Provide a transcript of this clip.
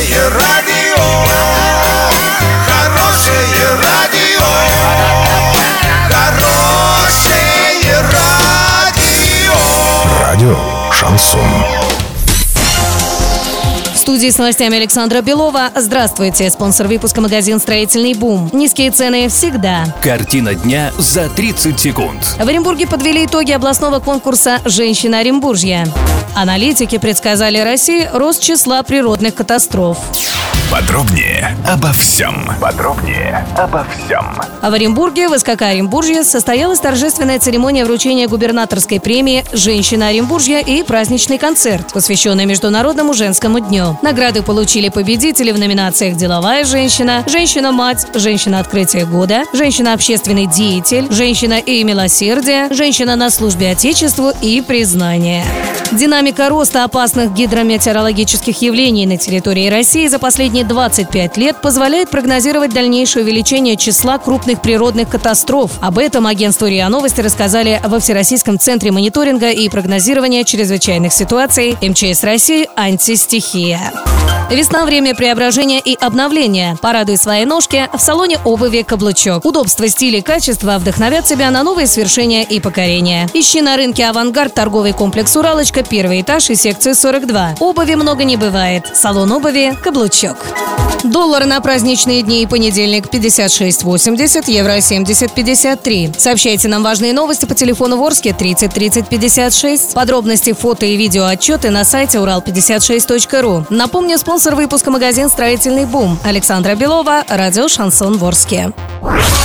Хорошее радио, хорошее радио, хорошее радио. Радио «Шансон». В студии с новостями Александра Белова. Здравствуйте. Спонсор выпуска — магазин «Строительный бум». Низкие цены всегда. Картина дня за 30 секунд. В Оренбурге подвели итоги областного конкурса «Женщина Оренбуржья». Аналитики предсказали России рост числа природных катастроф. Подробнее обо всем. А в Оренбурге в СКК «Оренбуржье» состоялась торжественная церемония вручения губернаторской премии «Женщина Оренбуржья» и праздничный концерт, посвященный Международному женскому дню. Награды получили победители в номинациях «Деловая женщина», «Женщина-мать», «Женщина открытия года», «Женщина-общественный деятель», «Женщина и милосердие», «Женщина на службе Отечеству» и «Признание». Динамика роста опасных гидрометеорологических явлений на территории России за последние 25 лет позволяет прогнозировать дальнейшее увеличение числа крупных природных катастроф. Об этом агентству РИА Новости рассказали во Всероссийском центре мониторинга и прогнозирования чрезвычайных ситуаций МЧС России «Антистихия». Весна – время преображения и обновления. Порадуй свои ножки в салоне обуви «Каблучок». Удобство, стиль и качество вдохновят тебя на новые свершения и покорения. Ищи на рынке «Авангард» торговый комплекс «Уралочка», первый этаж и секцию 42. Обуви много не бывает. Салон обуви «Каблучок». Доллар на праздничные дни и понедельник 56.80, евро 70.53. Сообщайте нам важные новости по телефону Ворске 30 30 56. Подробности, фото и видео отчеты на сайте урал56.ру. Напомню, спонсор выпуска — магазин «Строительный бум». Александра Белова, радио «Шансон Ворске».